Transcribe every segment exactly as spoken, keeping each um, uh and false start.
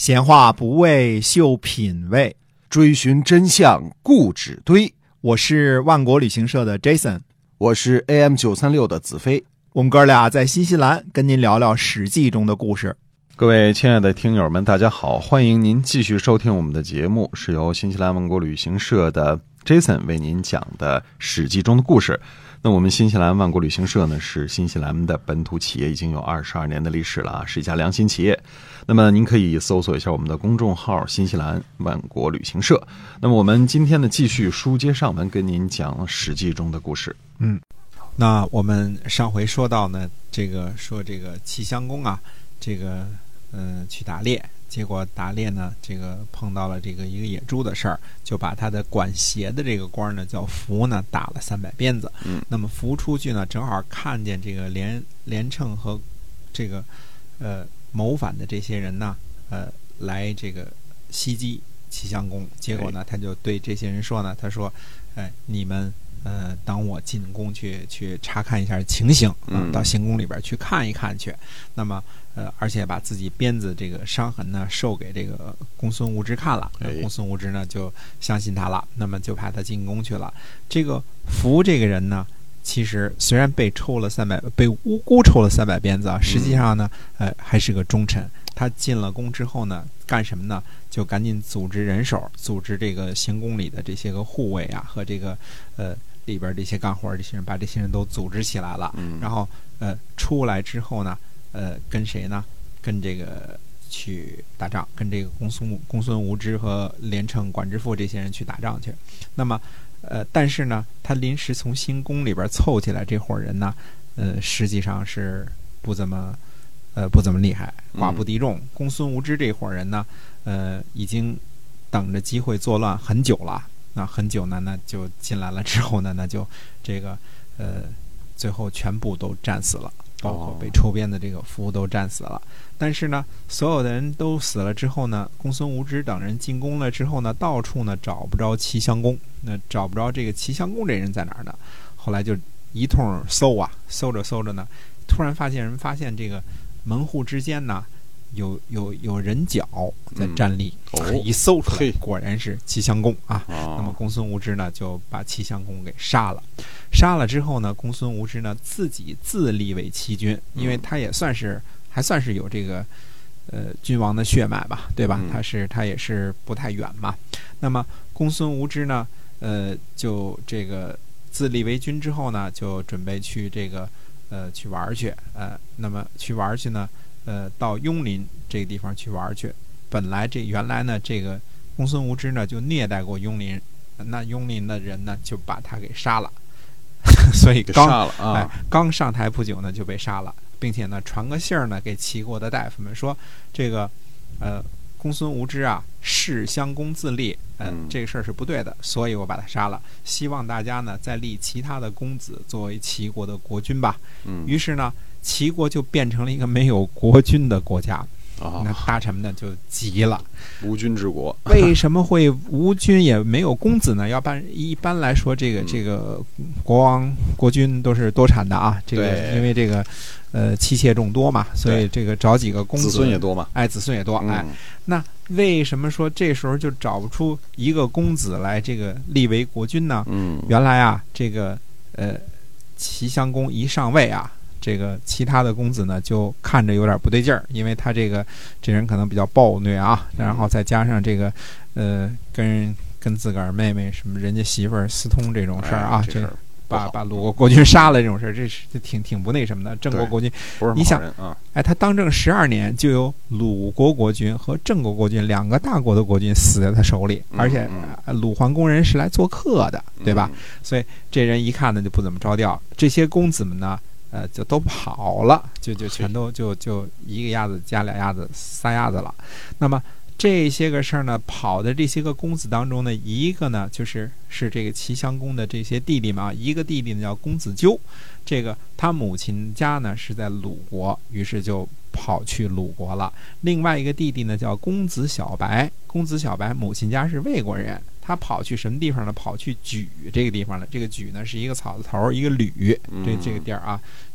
闲话不为秀品味， 追寻真相固执堆。 我是万国旅行社的 Jason， 我是 A M 九三六 的子飞。 我们哥俩在新西兰跟您聊聊史记中的故事。 各位亲爱的听友们，大家好，欢迎您继续收听我们的节目，是由新西兰万国旅行社的 Jason 为您讲的史记中的故事。那我们新西兰万国旅行社呢，是新西兰的本土企业，已经有二十二年的历史了啊，是一家良心企业。那么您可以搜索一下我们的公众号新西兰万国旅行社。那么我们今天呢，继续书接上文，跟您讲史记中的故事。 嗯，那我们上回说到呢，这个说这个齐襄公啊，这个嗯、呃、去打猎，结果打猎呢，这个碰到了这个一个野猪的事儿，就把他的管协的这个官呢叫符呢打了三百鞭子。 嗯， 那么符出去呢，正好看见这个连连称和这个呃谋反的这些人呢，呃来这个袭击齐襄公。结果呢，他就对这些人说呢，他说，哎，你们呃当我进宫去去查看一下情形啊、呃，到行宫里边去看一看去。那么呃，而且把自己鞭子这个伤痕呢，授给这个公孙无知看了。 哎、 公孙无知呢就相信他了，那么就派他进宫去了。这个符这个人呢，其实虽然被抽了三百，被无辜抽了三百鞭子啊，实际上呢，呃，还是个忠臣。他进了宫之后呢，干什么呢？就赶紧组织人手，组织这个行宫里的这些个护卫啊，和这个呃里边这些干活这些人，把这些人都组织起来了。 嗯、 然后呃出来之后呢，呃跟谁呢？跟这个去打仗，跟这个公孙公孙无知和连称、管之父这些人去打仗去。那么呃，但是呢，他临时从行宫里边凑起来这伙人呢，呃，实际上是不怎么，呃，不怎么厉害，寡不敌众。嗯、公孙无知这伙人呢，呃，已经等着机会作乱很久了。那很久呢，那就进来了之后呢，那就这个呃，最后全部都战死了，包括被抽鞭的这个符都战死了。但是呢，所有的人都死了之后呢，公孙无知等人进宫了之后呢，到处呢找不着齐襄公，那找不着这个齐襄公这人在哪儿呢？后来就一通搜啊，搜着搜着呢，突然发现人发现这个门户之间呢，有有有人脚在站立，嗯哦、一搜出来，果然是齐襄公啊。 哦、 那么公孙无知呢，就把齐襄公给杀了。杀了之后呢，公孙无知呢自己自立为齐君，因为他也算是。还算是有这个，呃，君王的血脉吧，对吧？他是他也是不太远嘛。那么公孙无知呢，呃，就这个自立为君之后呢，就准备去这个呃去玩去，呃，那么去玩去呢，呃，到雍林这个地方去玩去。本来这原来呢，这个公孙无知呢就虐待过雍林，那雍林的人呢就把他给杀了，所以刚杀了啊、 哎，刚上台不久呢就被杀了。并且呢，传个信儿呢给齐国的大夫们说，这个，呃，公孙无知啊，弑襄公自立，呃、嗯，这个事儿是不对的，所以我把他杀了。希望大家呢再立其他的公子作为齐国的国君吧。 嗯， 于是呢，齐国就变成了一个没有国君的国家。 哦、 那大臣们呢就急了， 无君之国， 为什么会无君也没有公子呢？要不然一般来说，这个这个国王国君都是多产的啊，这个因为这个呃妻妾众多嘛，所以这个找几个公子， 子孙也多嘛， 哎，子孙也多， 嗯、 哎，那为什么说这时候就找不出一个公子来这个立为国君呢？ 嗯， 原来啊，这个呃齐襄公一上位啊。这个其他的公子呢，就看着有点不对劲儿，因为他这个这人可能比较暴虐啊，然后再加上这个，呃，跟跟自个儿妹妹什么人家媳妇儿私通这种事儿啊， 哎、这这把把鲁国国君杀了这种事儿，这是这挺挺不那什么的。郑国国君，你想， 啊、 哎，他当政十二年，就有鲁国国君和郑国国君两个大国的国君死在他手里， 嗯、 而且、呃、鲁桓公人是来做客的，对吧？ 嗯、 所以这人一看呢就不怎么着调，这些公子们呢。呃，就都跑了，就就全都就就一个鸭子加俩鸭子仨鸭子了。那么这些个事儿呢，跑的这些个公子当中呢，一个呢就是是这个齐襄公的这些弟弟嘛，一个弟弟呢叫公子纠，这个他母亲家呢是在鲁国，于是就跑去鲁国了。另外一个弟弟呢叫公子小白，公子小白母亲家是魏国人。他跑去什么地方呢？跑去莒这个地方了。这个莒呢是一个草字头，一个吕，这这个地儿啊，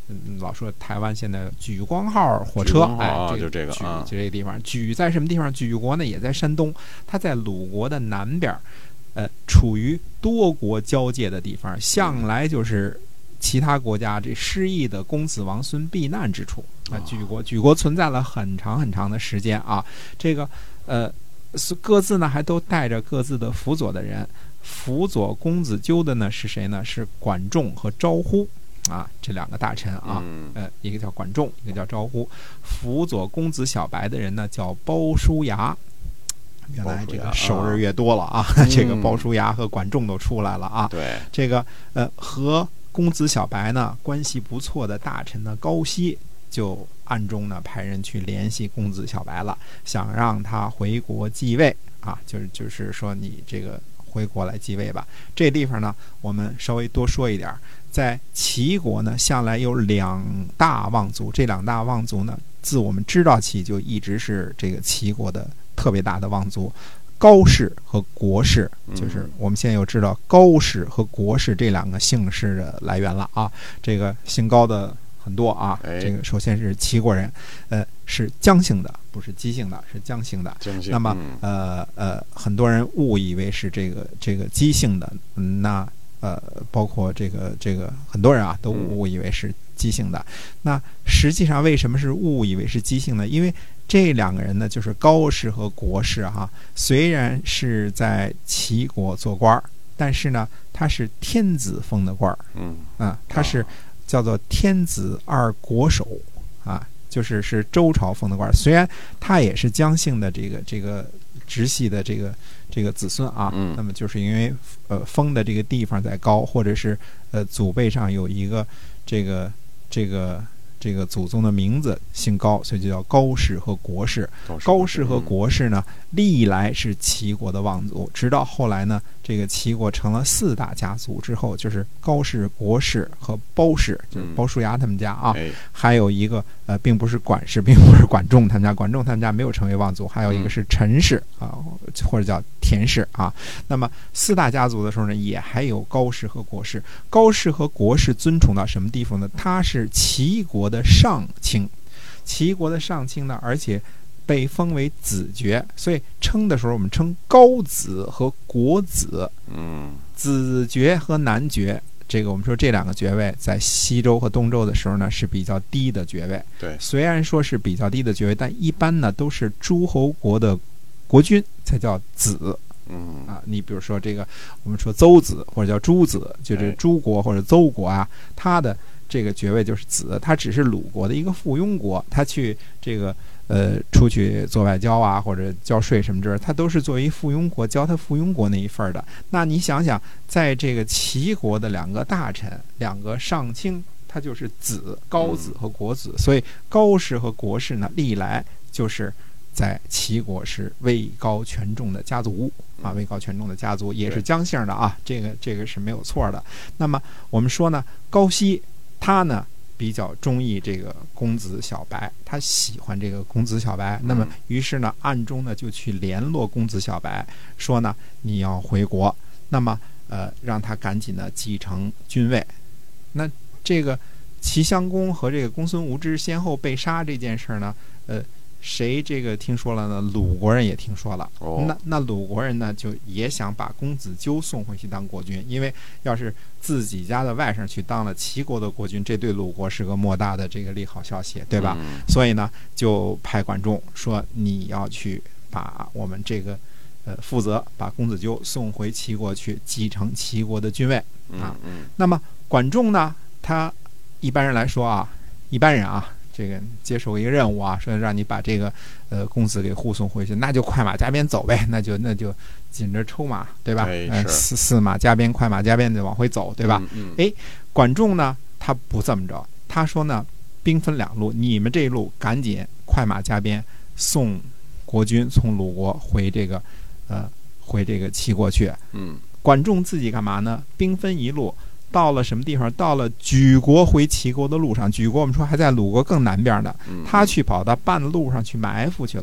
嗯，老说台湾现在莒光号火车， 莒哎， 哦、 这就这个啊， 就这个地方。莒在什么地方？莒国呢也在山东，它在鲁国的南边，呃，处于多国交界的地方，向来就是其他国家这失意的公子王孙避难之处。啊，莒国，莒国存在了很长很长的时间啊。这个，呃，各自呢还都带着各自的辅佐的人。辅佐公子纠的呢是谁呢？是管仲和招呼啊，这两个大臣啊。呃，一个叫管仲，一个叫招呼。辅佐公子小白的人呢叫鲍叔牙。原来这个首日越多了啊，啊这个鲍叔牙和管仲都出来了啊。 对， 这个呃和公子小白呢关系不错的大臣呢高希。就暗中呢派人去联系公子小白了，想让他回国继位啊，就是就是说你这个回国来继位吧。这地方呢，我们稍微多说一点，在齐国呢，向来有两大望族，这两大望族呢，自我们知道起就一直是这个齐国的特别大的望族。高氏和国氏，就是我们现在又知道高氏和国氏这两个姓氏的来源了啊。这个姓高的很多啊，这个首先是齐国人，呃，是姜姓的，不是姬姓的，是姜姓的。那么，呃呃，很多人误以为是这个这个姬姓的，嗯、那呃，包括这个这个很多人啊，都误以为是姬姓的。那实际上为什么是误以为是姬姓呢？因为这两个人呢，就是高氏和国氏哈，虽然是在齐国做官，但是呢，他是天子封的官，嗯啊，他是。叫做天子二国守啊，就是是周朝封的官。虽然他也是姜姓的这个这个直系的这个这个子孙啊，嗯、那么就是因为呃封的这个地方在高，或者是呃祖辈上有一个这个这个这个祖宗的名字姓高，所以就叫高氏和国氏。高氏和国氏呢，历来是齐国的望族，直到后来呢，这个齐国成了四大家族之后，就是高氏、国氏和包氏，就是包叔牙他们家啊，嗯、还有一个呃，并不是管氏，并不是管仲他们家，管仲他们家没有成为望族，还有一个是陈氏啊，或者叫田氏啊。那么四大家族的时候呢，也还有高氏和国氏。高氏和国氏尊崇到什么地方呢？他是齐国的上卿，齐国的上卿呢，而且被封为子爵，所以称的时候我们称高子和国子。嗯，子爵和男爵，这个我们说这两个爵位在西周和东周的时候呢是比较低的爵位。 对， 虽然说是比较低的爵位，但一般呢都是诸侯国的国君才叫子。嗯啊，你比如说这个，我们说邹子或者叫朱子，就是朱国或者邹国啊，他的这个爵位就是子，他只是鲁国的一个附庸国，他去这个呃出去做外交啊或者交税什么之类，他都是作为附庸国交他附庸国那一份的。那你想想，在这个齐国的两个大臣，两个上卿，他就是子，高子和国子，所以高氏和国氏呢，历来就是在齐国是位高权重的家族啊，位高权重的家族，也是姜姓的啊，这个这个是没有错的。那么我们说呢，高希他呢比较中意这个公子小白，他喜欢这个公子小白，那么于是呢暗中呢就去联络公子小白，说呢你要回国，那么呃让他赶紧的继承君位。那这个齐襄公和这个公孙无知先后被杀这件事呢，呃。谁这个听说了呢？鲁国人也听说了。哦、那那鲁国人呢，就也想把公子纠送回去当国君，因为要是自己家的外甥去当了齐国的国君，这对鲁国是个莫大的这个利好消息，对吧？嗯、所以呢，就派管仲说，你要去把我们这个呃负责把公子纠送回齐国去继承齐国的君位啊。嗯嗯、那么管仲呢，他一般人来说啊，一般人啊。这个接受一个任务啊，说让你把这个呃公子给护送回去，那就快马加鞭走呗，那就那就紧着抽马，对吧？呃、四四马加鞭，快马加鞭的往回走，对吧？嗯嗯、哎，管仲呢，他不这么着，他说呢，兵分两路，你们这一路赶紧快马加鞭送国君从鲁国回这个呃回这个齐国去。嗯，管仲自己干嘛呢？兵分一路。到了什么地方？到了莒国回齐国的路上，莒国我们说还在鲁国更南边的，他去跑到半路上去埋伏去了。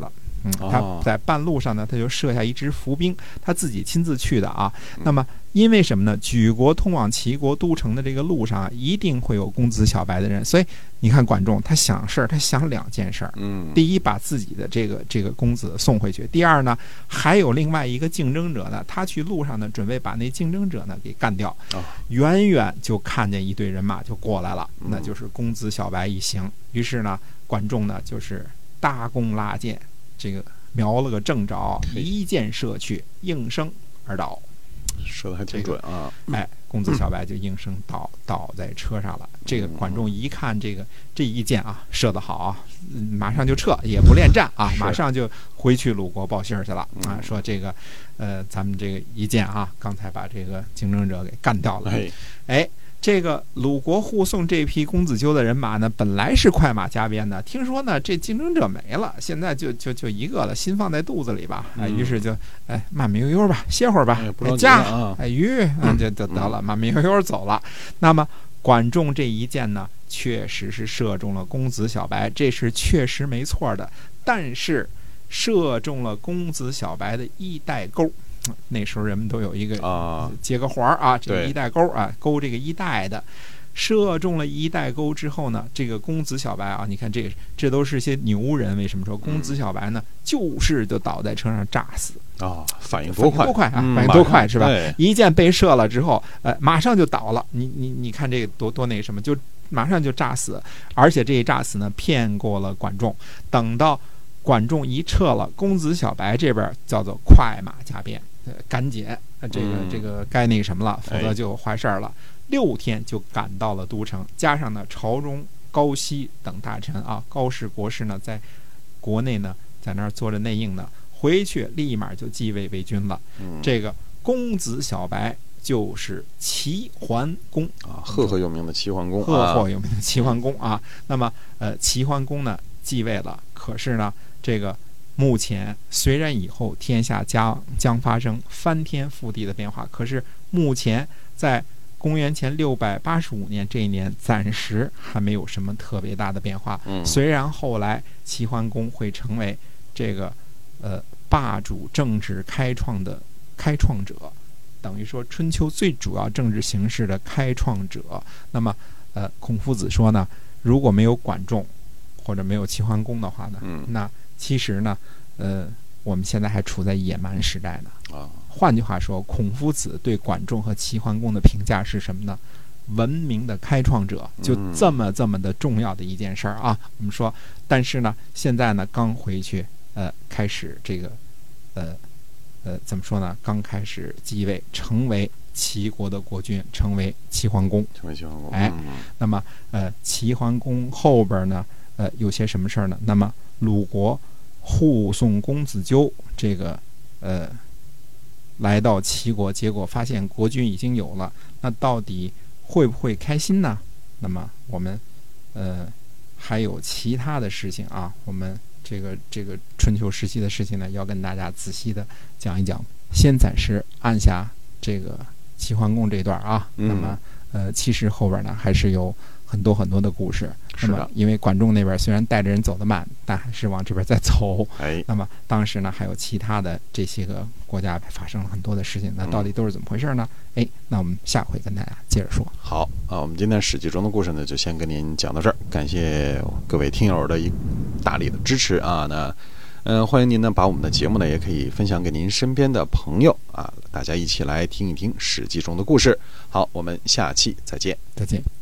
嗯，他在半路上呢，他就设下一支伏兵，他自己亲自去的啊。那么因为什么呢？举国通往齐国都城的这个路上啊，一定会有公子小白的人，所以你看管仲他想事儿，他想两件事儿。 嗯， 第一，把自己的这个这个公子送回去；第二呢，还有另外一个竞争者呢，他去路上呢，准备把那竞争者呢给干掉。 哦、 远远就看见一队人马就过来了，那就是公子小白一行。于是呢，管仲呢就是搭弓拉箭，这个瞄了个正着，一箭射去，应声而倒。 说的还挺准啊！ 这个、哎，公子小白就应声倒倒在车上了。这个管仲一看这个这一箭啊，射得好啊，马上就撤，也不恋战啊，马上就回去鲁国报信儿去了啊，说这个呃，咱们这个一箭啊，刚才把这个竞争者给干掉了。 哎， 哎。这个鲁国护送这批公子纠的人马呢，本来是快马加鞭的，听说呢这竞争者没了，现在就就就一个了，心放在肚子里吧，哎，于是就哎慢慢悠悠吧，歇会儿吧，哎驾，哎鱼，嗯，就就得了，慢慢悠悠走了。那么管仲这一箭呢，确实是射中了公子小白，这是确实没错的，但是射中了公子小白的衣带钩。那时候人们都有一个接个环啊，这个衣带钩啊，勾这个衣带的，射中了衣带钩之后呢，这个公子小白啊，你看这这都是些牛人，为什么说公子小白呢？就是就倒在车上炸死啊，反应多快多快啊，反应多快是吧？一箭被射了之后，呃，马上就倒了。你你你看这个多多那什么，就马上就炸死，而且这一炸死呢，骗过了管仲。等到管仲一撤了，公子小白这边叫做快马加鞭。赶紧，这个这个该那个什么了，否则就有坏事了。六天就赶到了都城，加上呢朝中高息等大臣啊，高氏国士呢在国内呢在那儿做着内应呢，回去立马就继位为君了。 嗯、 这个公子小白就是齐桓公啊，赫赫有名的齐桓公， 赫赫有名的齐桓公啊。那么呃，齐桓公呢继位了，可是呢这个。目前虽然以后天下将将发生翻天覆地的变化，可是目前在公元前六百八十五年这一年，暂时还没有什么特别大的变化。 嗯、 虽然后来齐桓公会成为这个呃霸主政治开创的开创者，等于说春秋最主要政治形势的开创者。那么呃，孔夫子说呢，如果没有管仲或者没有齐桓公的话呢， 嗯、 那其实呢，呃，我们现在还处在野蛮时代呢。 啊， 换句话说，孔夫子对管仲和齐桓公的评价是什么呢？文明的开创者，就这么这么的重要的一件事儿啊。我们说，但是呢，现在呢，刚回去，呃，开始这个，呃，呃，怎么说呢？刚开始继位，成为齐国的国君，成为齐桓公， 成为齐桓公。 哎， 嗯、 那么，呃，齐桓公后边呢，呃，有些什么事儿呢？那么鲁国护送公子纠这个呃来到齐国，结果发现国君已经有了，那到底会不会开心呢？那么我们呃还有其他的事情啊，我们这个这个春秋时期的事情呢，要跟大家仔细的讲一讲。先暂时按下这个齐桓公这段啊， 嗯、 那么呃其实后边呢还是有很多很多的故事。 是的， 因为管仲那边虽然带着人走得慢，但还是往这边在走。 哎， 那么当时呢，还有其他的这些个国家发生了很多的事情，那到底都是怎么回事呢？嗯、哎，那我们下回跟大家接着说。 好啊，我们今天史记中的故事呢，就先跟您讲到这儿，感谢各位听友的一大力的支持啊。那嗯、呃，欢迎您呢把我们的节目呢，也可以分享给您身边的朋友啊，大家一起来听一听史记中的故事。好，我们下期再见， 再见。